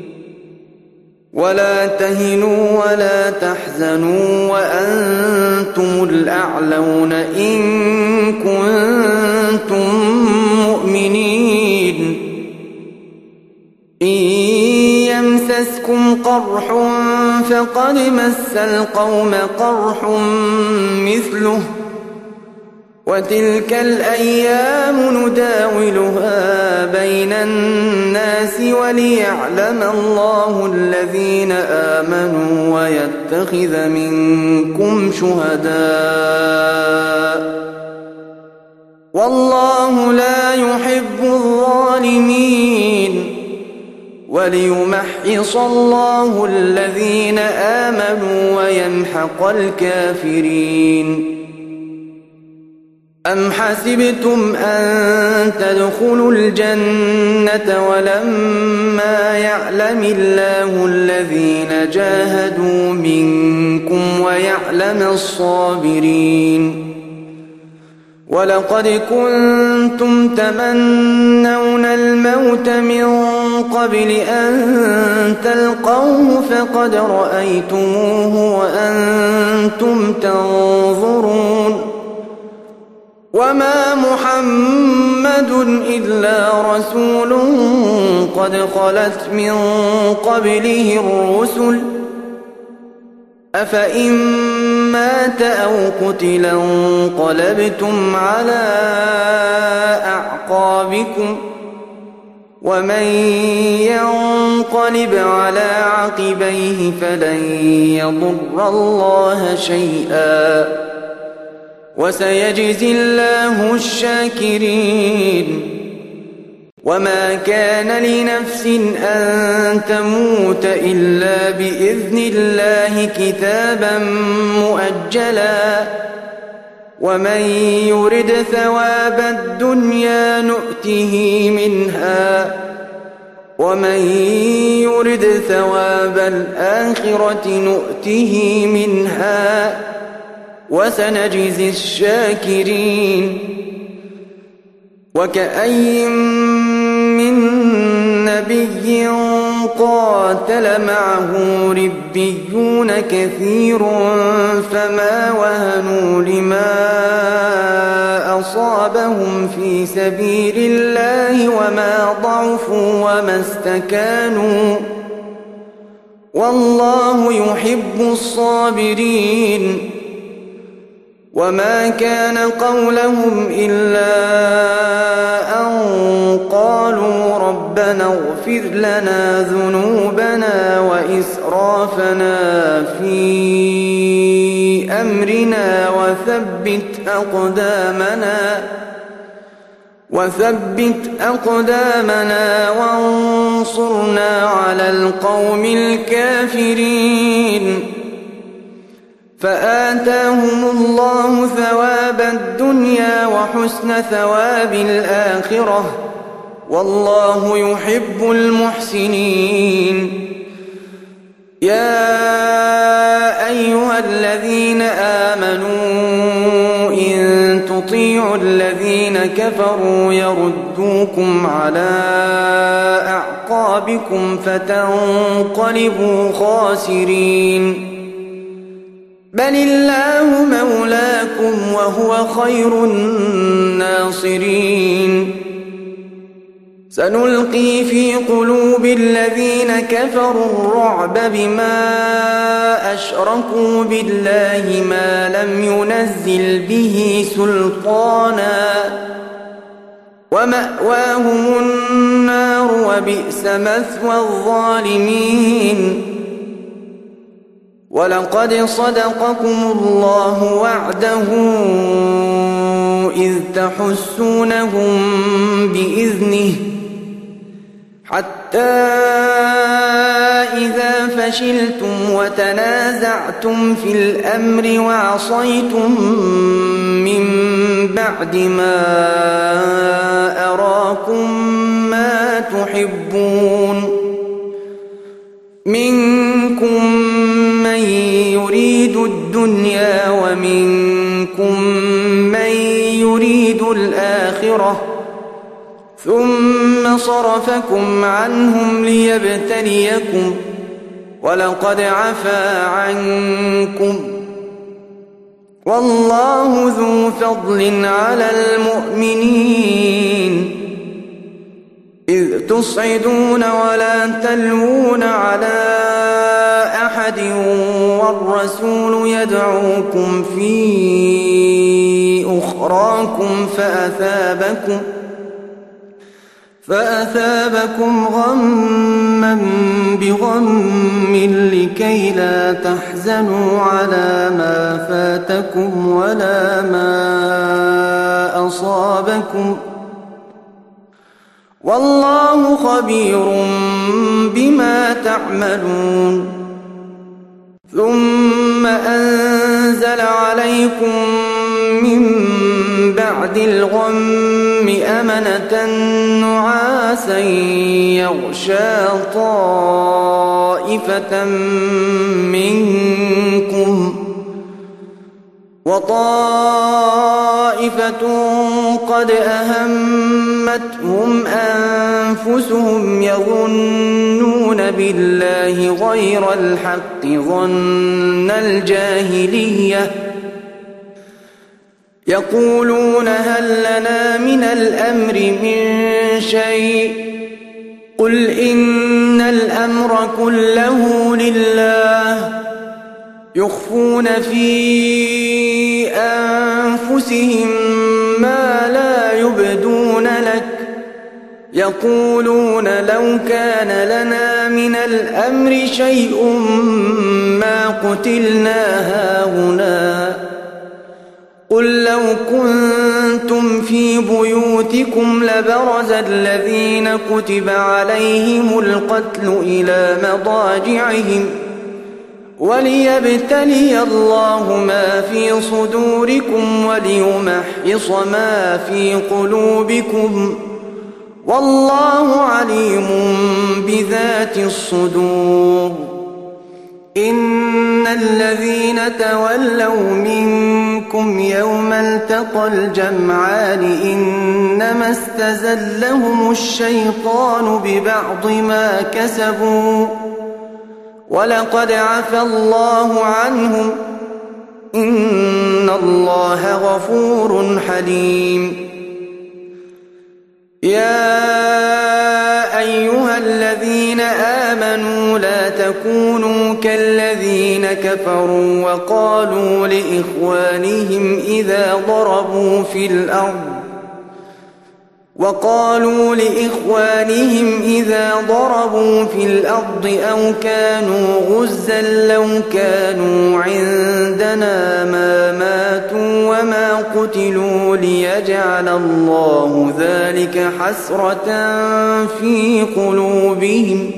ولا تهنوا ولا تحزنوا وأنتم الأعلون إن كنتم مؤمنين إن يمسسكم قرح فقد مس القوم قرح مثله وتلك الأيام نداولها بين الناس وليعلم الله الذين آمنوا ويتخذ منكم شهداء والله لا يحب الظالمين وليمحص الله الذين آمنوا ويمحق الكافرين أم حسبتم أن تدخلوا الجنة ولما يعلم الله الذين جاهدوا منكم ويعلم الصابرين ولقد كنتم تمنون الموت من قبل أن تلقوه فقد رأيتموه وأنتم تنظرون وما محمد إلا رسول قد خلت من قبله الرسل أفإن مات أو قتلا انقلبتم على أعقابكم ومن ينقلب على عقبيه فلن يضر الله شيئا وسيجزي الله الشاكرين وما كان لنفس أن تموت إلا بإذن الله كتابا مؤجلا ومن يرد ثواب الدنيا نؤته منها ومن يرد ثواب الآخرة نؤته منها وسنجزي الشاكرين وكأي من نبي قاتل معه ربيون كثير فما وهنوا لما أصابهم في سبيل الله وما ضعفوا وما استكانوا والله يحب الصابرين وما كان قولهم إلا أن قالوا ربنا اغفر لنا ذنوبنا وإسرافنا في أمرنا وثبت أقدامنا وانصرنا على القوم الكافرين فآتاهم الله ثواب الدنيا وحسن ثواب الآخرة والله يحب المحسنين يا أيها الذين آمنوا إن تطيعوا الذين كفروا يردوكم على أعقابكم فتنقلبوا خاسرين بل الله مولاكم وهو خير الناصرين سنلقي في قلوب الذين كفروا الرعب بما أشركوا بالله ما لم ينزل به سلطانا ومأواهم النار وبئس مثوى الظالمين ولقد صدقكم الله وعده إذ تحسونهم بإذنه حتى إذا فشلتم وتنازعتم في الأمر وعصيتم من بعد ما أراكم ما تحبون منكم من يريد الدنيا ومنكم من يريد الآخرة ثم صرفكم عنهم ليبتليكم ولقد عفا عنكم والله ذو فضل على المؤمنين إذ تصعدون ولا تلوون على أحد والرسول يدعوكم في أخراكم فأثابكم غما بغم لكي لا تحزنوا على ما فاتكم ولا ما أصابكم والله خبير بما تعملون ثم أنزل عليكم من بعد الغم أمنة نعاسا يغشى طائفة منكم وطائفة قد أهمتهم أنفسهم يظنون بالله غير الحق ظن الجاهلية يقولون هل لنا من الأمر من شيء قل إن الأمر كله لله يخفون في أنفسهم ما لا يبدون لك يقولون لو كان لنا من الأمر شيء ما قتلنا هاهنا قل لو كنتم في بيوتكم لبرز الذين كتب عليهم القتل إلى مضاجعهم وليبتلي الله ما في صدوركم وليمحص ما في قلوبكم والله عليم بذات الصدور إن الذين تولوا منكم يوم التقى الجمعان إنما استزلهم الشيطان ببعض ما كسبوا ولقد عفا الله عنهم إن الله غفور حليم يا أيها الذين آمنوا لا تكونوا كالذين كفروا وقالوا لإخوانهم إذا ضربوا في الأرض أو كانوا غزا لو كانوا عندنا ما ماتوا وما قتلوا ليجعل الله ذلك حسرة في قلوبهم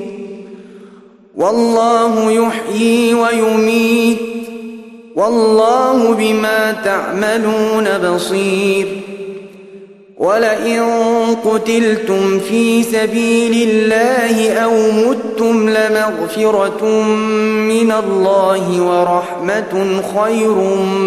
والله يحيي ويميت والله بما تعملون بصير ولئن قتلتم في سبيل الله أو متم لمغفرة من الله ورحمة خير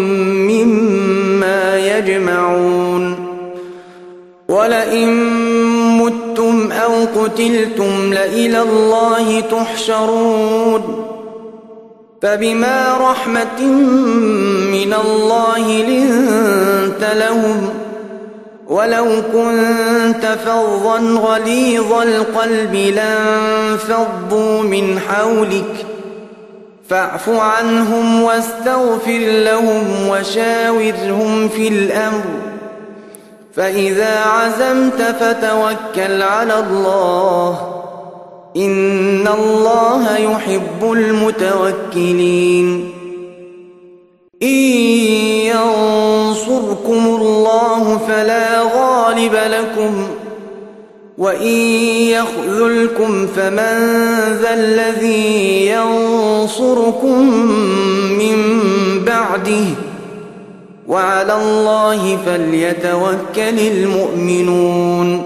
مما يجمعون ولئن متم أو قتلتم لإلى الله تحشرون فبما رحمة من الله لنت لهم ولو كنت فظا غليظ القلب لانفضوا من حولك فاعف عنهم واستغفر لهم وشاورهم في الأمر فإذا عزمت فتوكل على الله إن الله يحب المتوكلين إن ينصركم ينصركم الله فلا غالب لكم وإن يخذلكم فمن ذا الذي ينصركم من بعده وعلى الله فليتوكل المؤمنون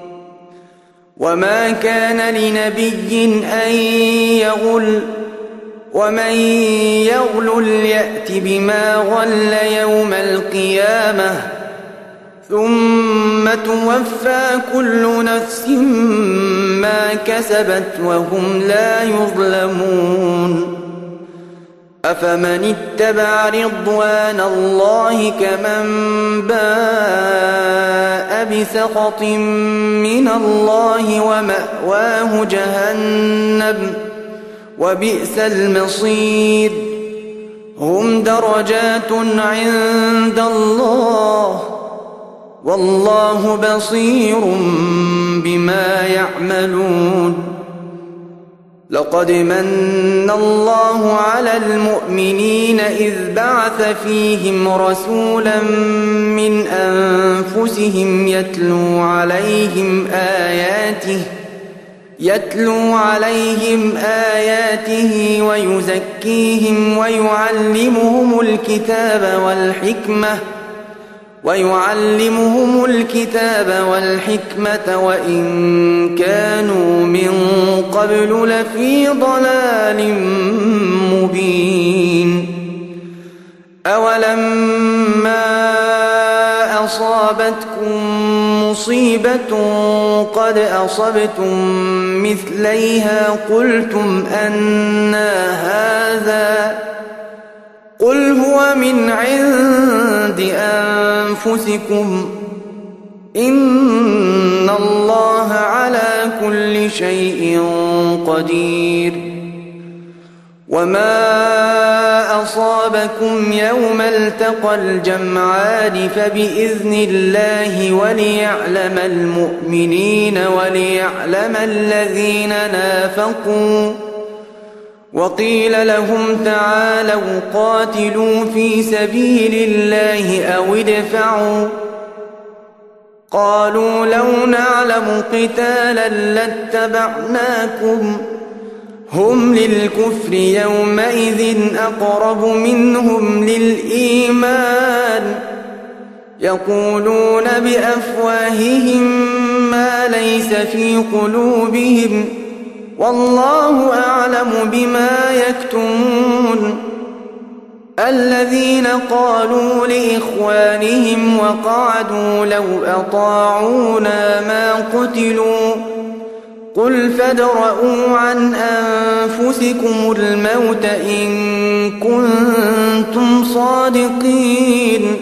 وما كان لنبي أن يغل ومن يغل يأت بما غل يوم القيامة ثم توفى كل نفس ما كسبت وهم لا يظلمون أفمن اتبع رضوان الله كمن باء بسخط من الله ومأواه جهنم وبئس المصير هم درجات عند الله والله بصير بما يعملون لقد من الله على المؤمنين إذ بعث فيهم رسولا من أنفسهم يتلو عليهم آياته ويزكيهم ويعلمهم الكتاب والحكمة وإن كانوا من قبل لفي ضلال مبين أولما أصابتكم مصيبة قد أصبتم مثليها قلتم أنى هذا قل هو من عند أنفسكم إن الله على كل شيء قدير وما أصابكم يوم التقى الجمعان فبإذن الله وليعلم المؤمنين وليعلم الذين نافقوا وقيل لهم تعالوا قاتلوا في سبيل الله أو ادفعوا قالوا لو نعلم قتالا لاتبعناكم هم للكفر يومئذ أقرب منهم للإيمان يقولون بأفواههم ما ليس في قلوبهم والله أعلم بما يكتمون الذين قالوا لإخوانهم وقعدوا لو أطاعونا ما قتلوا قل فادرءوا عن أنفسكم الموت إن كنتم صادقين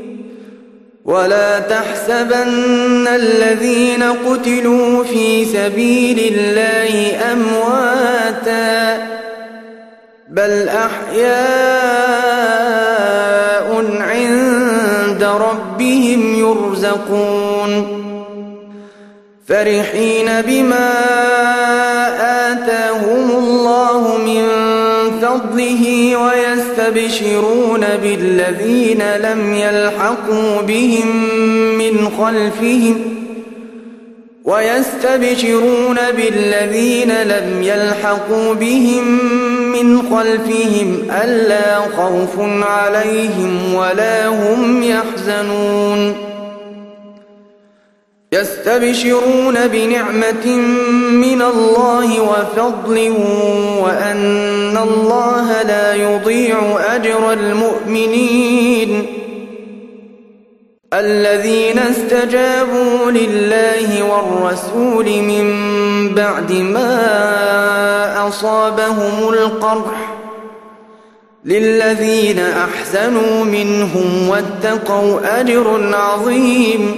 ولا تحسبن الذين قتلوا في سبيل الله أمواتا بل أحياء عند ربهم يرزقون فرحين بما آتاهم الله من فضله ويستبشرون بالذين لم يلحقوا بهم من خلفهم ألا خوف عليهم ولا هم يحزنون يستبشرون بنعمة من الله وفضل وأن الله لا يضيع أجر المؤمنين الذين استجابوا لله والرسول من بعد ما أصابهم القرح للذين أحسنوا منهم واتقوا أجر عظيم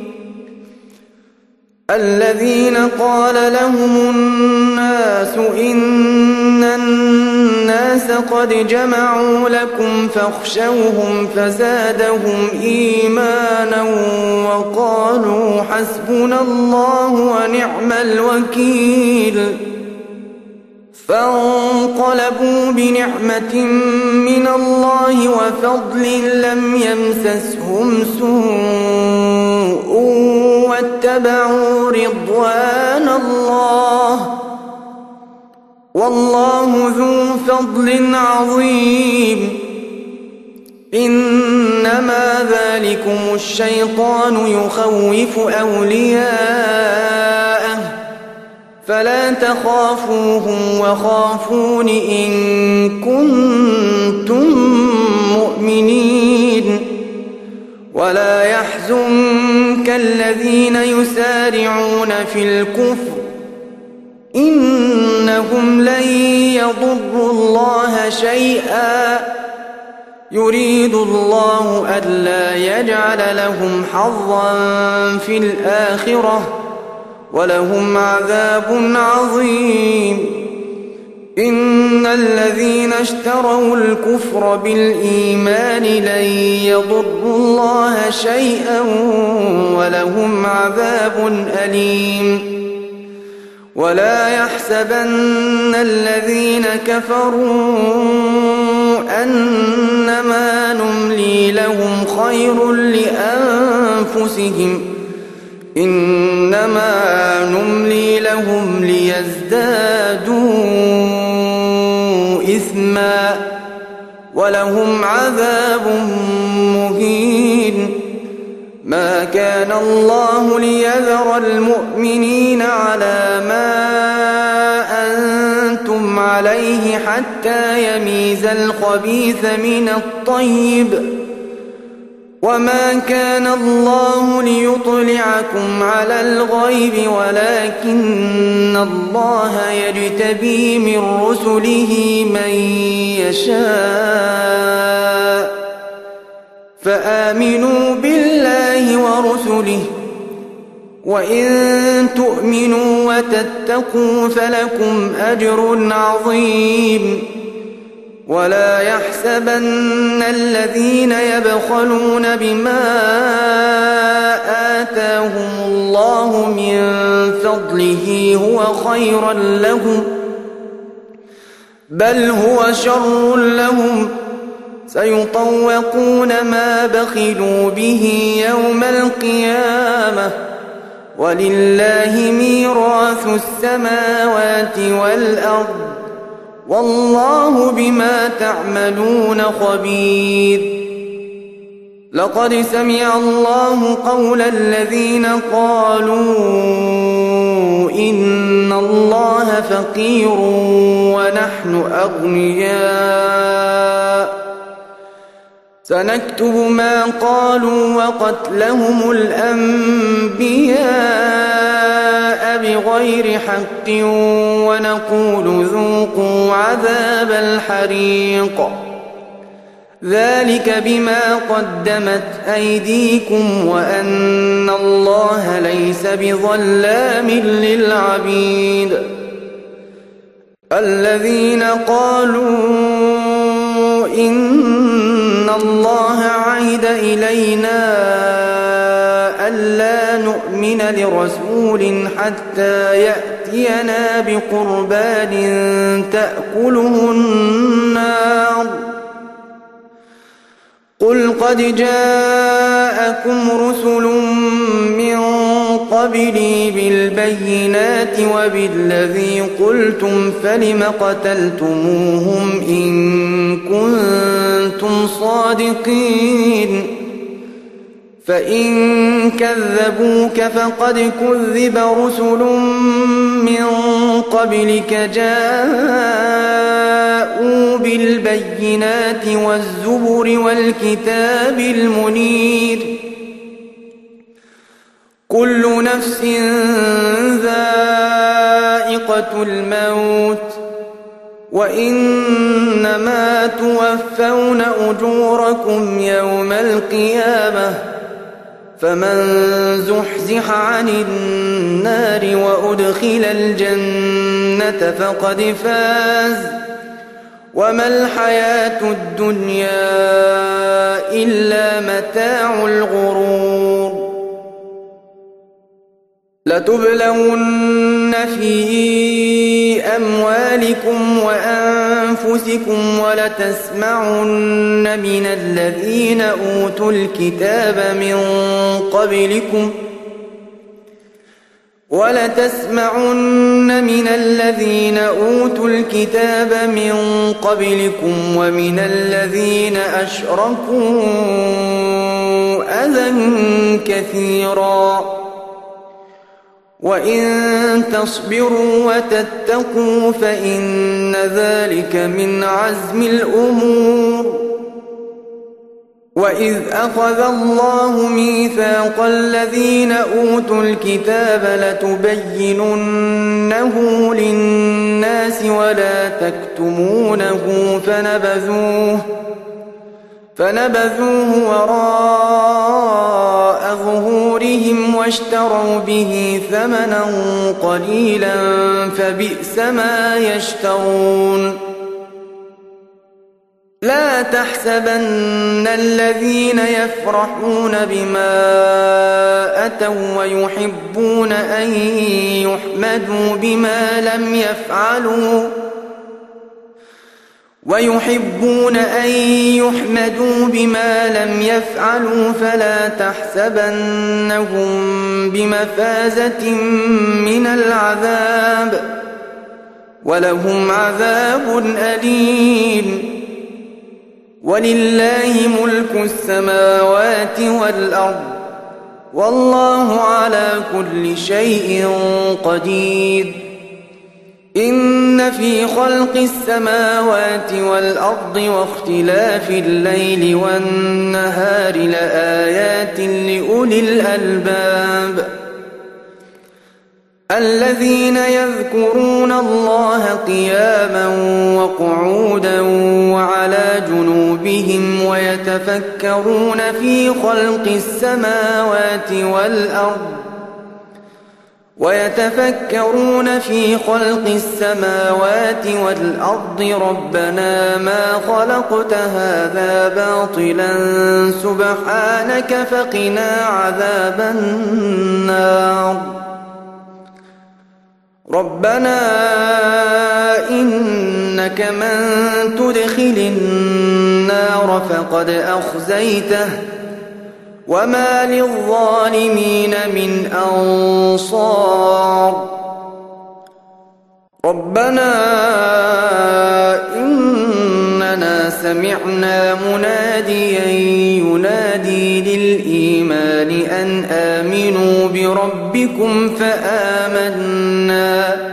الذين قال لهم الناس إن الناس قد جمعوا لكم فاخشوهم فزادهم إيمانا وقالوا حسبنا الله ونعم الوكيل فانقلبوا بنعمة من الله وفضل لم يمسسهم سوء واتبعوا رضوان الله والله ذو فضل عظيم. إنما ذلكم الشيطان يخوف أولياءه فلا تخافوهم وخافون إن كنتم مؤمنين. ولا يحزنك الذين يسارعون في الكفر إنهم لن يضروا الله شيئا يريد الله ألا يجعل لهم حظا في الآخرة ولهم عذاب عظيم. إن الذين اشتروا الكفر بالإيمان لن يضروا الله شيئا ولهم عذاب أليم. ولا يحسبن الذين كفروا أنما نملي لهم خير لأنفسهم إنما نملي لهم ليزدادوا إثما ولهم عذاب مهين. ما كان الله ليذر المؤمنين على ما أنتم عليه حتى يميز الخبيث من الطيب وما كان الله ليطلعكم على الغيب ولكن الله يجتبي من رسله من يشاء فآمنوا بالله ورسله وإن تؤمنوا وتتقوا فلكم أجر عظيم. ولا يحسبن الذين يبخلون بما آتاهم الله من فضله هو خيرا لهم بل هو شر لهم سيطوقون ما بخلوا به يوم القيامة ولله ميراث السماوات والأرض والله بما تعملون خبير. لقد سمع الله قول الذين قالوا إن الله فقير ونحن أغنياء سنكتب ما قالوا وقتلهم الأنبياء بغير حق ونقول ذوقوا عذاب الحريق ذلك بما قدمت أيديكم وأن الله ليس بظلام للعبيد. الذين قالوا إن الله عهد إلينا ألا نؤمن لرسول حتى يأتينا بقربان تأكله النار قل قد جاءكم رسل من قبلي بالبينات وبالذي قلتم فلم قتلتموهم إن كنتم صادقين فإن كذبوك فقد كذب رسل من قبلك جاءوا بالبينات والزبر والكتاب المنير كل نفس ذائقة الموت وإنما توفون أجوركم يوم القيامة فمن زحزح عن النار وأدخل الجنة فقد فاز وما الحياة الدنيا إلا متاع الغرور. لتبلون في أموالكم وأنفسكم ولتسمعن من الذين أوتوا الكتاب من قبلكم ومن الذين أشركوا أذى كثيرا وإن تصبروا وتتقوا فإن ذلك من عزم الأمور. وإذ أخذ الله ميثاق الذين أوتوا الكتاب لتبيننه للناس ولا تكتمونه فنبذوه وراء ظهورهم واشتروا به ثمنا قليلا فبئس ما يشترون. لا تحسبن الذين يفرحون بما أتوا ويحبون أن يحمدوا بما لم يفعلوا فلا تحسبنهم بمفازة من العذاب ولهم عذاب أليم. ولله ملك السماوات والأرض والله على كل شيء قدير. إن في خلق السماوات والأرض واختلاف الليل والنهار لآيات لأولي الألباب الذين يذكرون الله قياما وقعودا وعلى جنوبهم ويتفكرون في خلق السماوات والأرض ربنا ما خلقت هذا باطلا سبحانك فقنا عذاب النار. ربنا إنك من تدخل النار فقد أخزيته وما للظالمين من أنصار. ربنا إننا سمعنا مناديا ينادي للإيمان أن آمنوا بربكم فآمنا.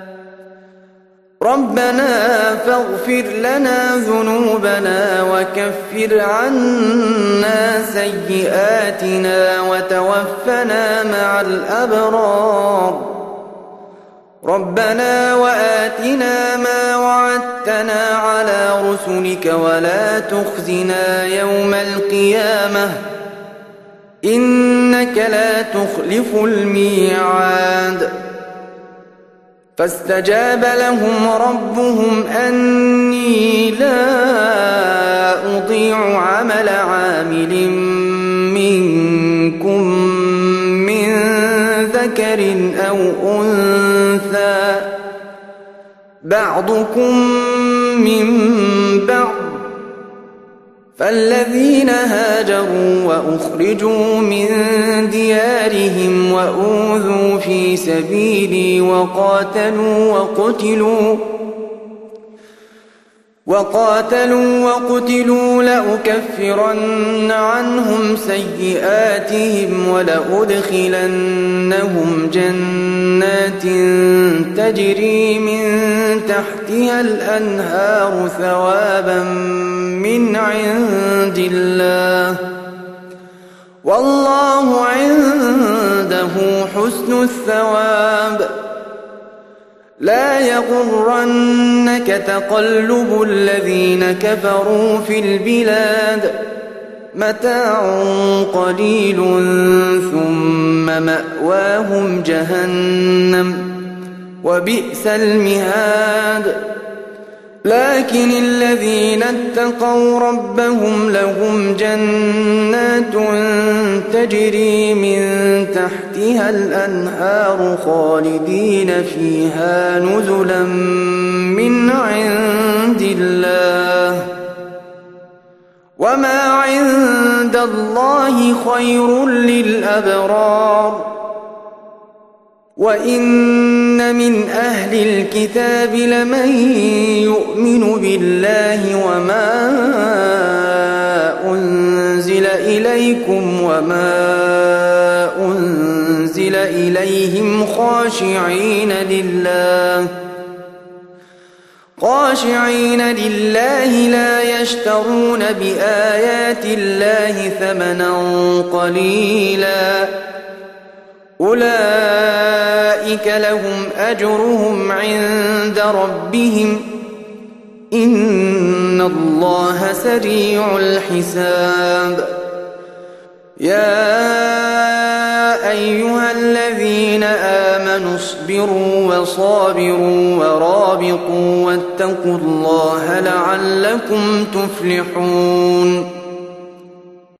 ربنا فاغفر لنا ذنوبنا وكفر عنا سيئاتنا وتوفنا مع الأبرار. ربنا وآتنا ما وعدتنا على رسلك ولا تخزنا يوم القيامة إنك لا تخلف الميعاد. فاستجاب لهم ربهم أني لا أضيع عمل عامل منكم من ذكر أو أنثى بعضكم من بعض فالذين هاجروا وأخرجوا من ديارهم وأوذوا في سبيلي وقتلوا لأكفرن عنهم سيئاتهم ولأدخلنهم جنات تجري من تحتها الأنهار ثوابا من عند الله والله عنده حسن الثواب. لا يغرنك تقلب الذين كفروا في البلاد متاع قليل ثم مأواهم جهنم وبئس المهاد. لكن الذين اتقوا ربهم لهم جنات تجري من تحتها الأنهار خالدين فيها نزلا من عند الله وما عند الله خير للأبرار وإن من أهل الكتاب لمن يؤمن بالله وما أنزل إليكم وما أنزل إليهم خاشعين لله لا يشترون بآيات الله ثمنا قليلا أولئك لهم أجرهم عند ربهم إن الله سريع الحساب يا أيها الذين آمنوا اصبروا وصابروا ورابطوا واتقوا الله لعلكم تفلحون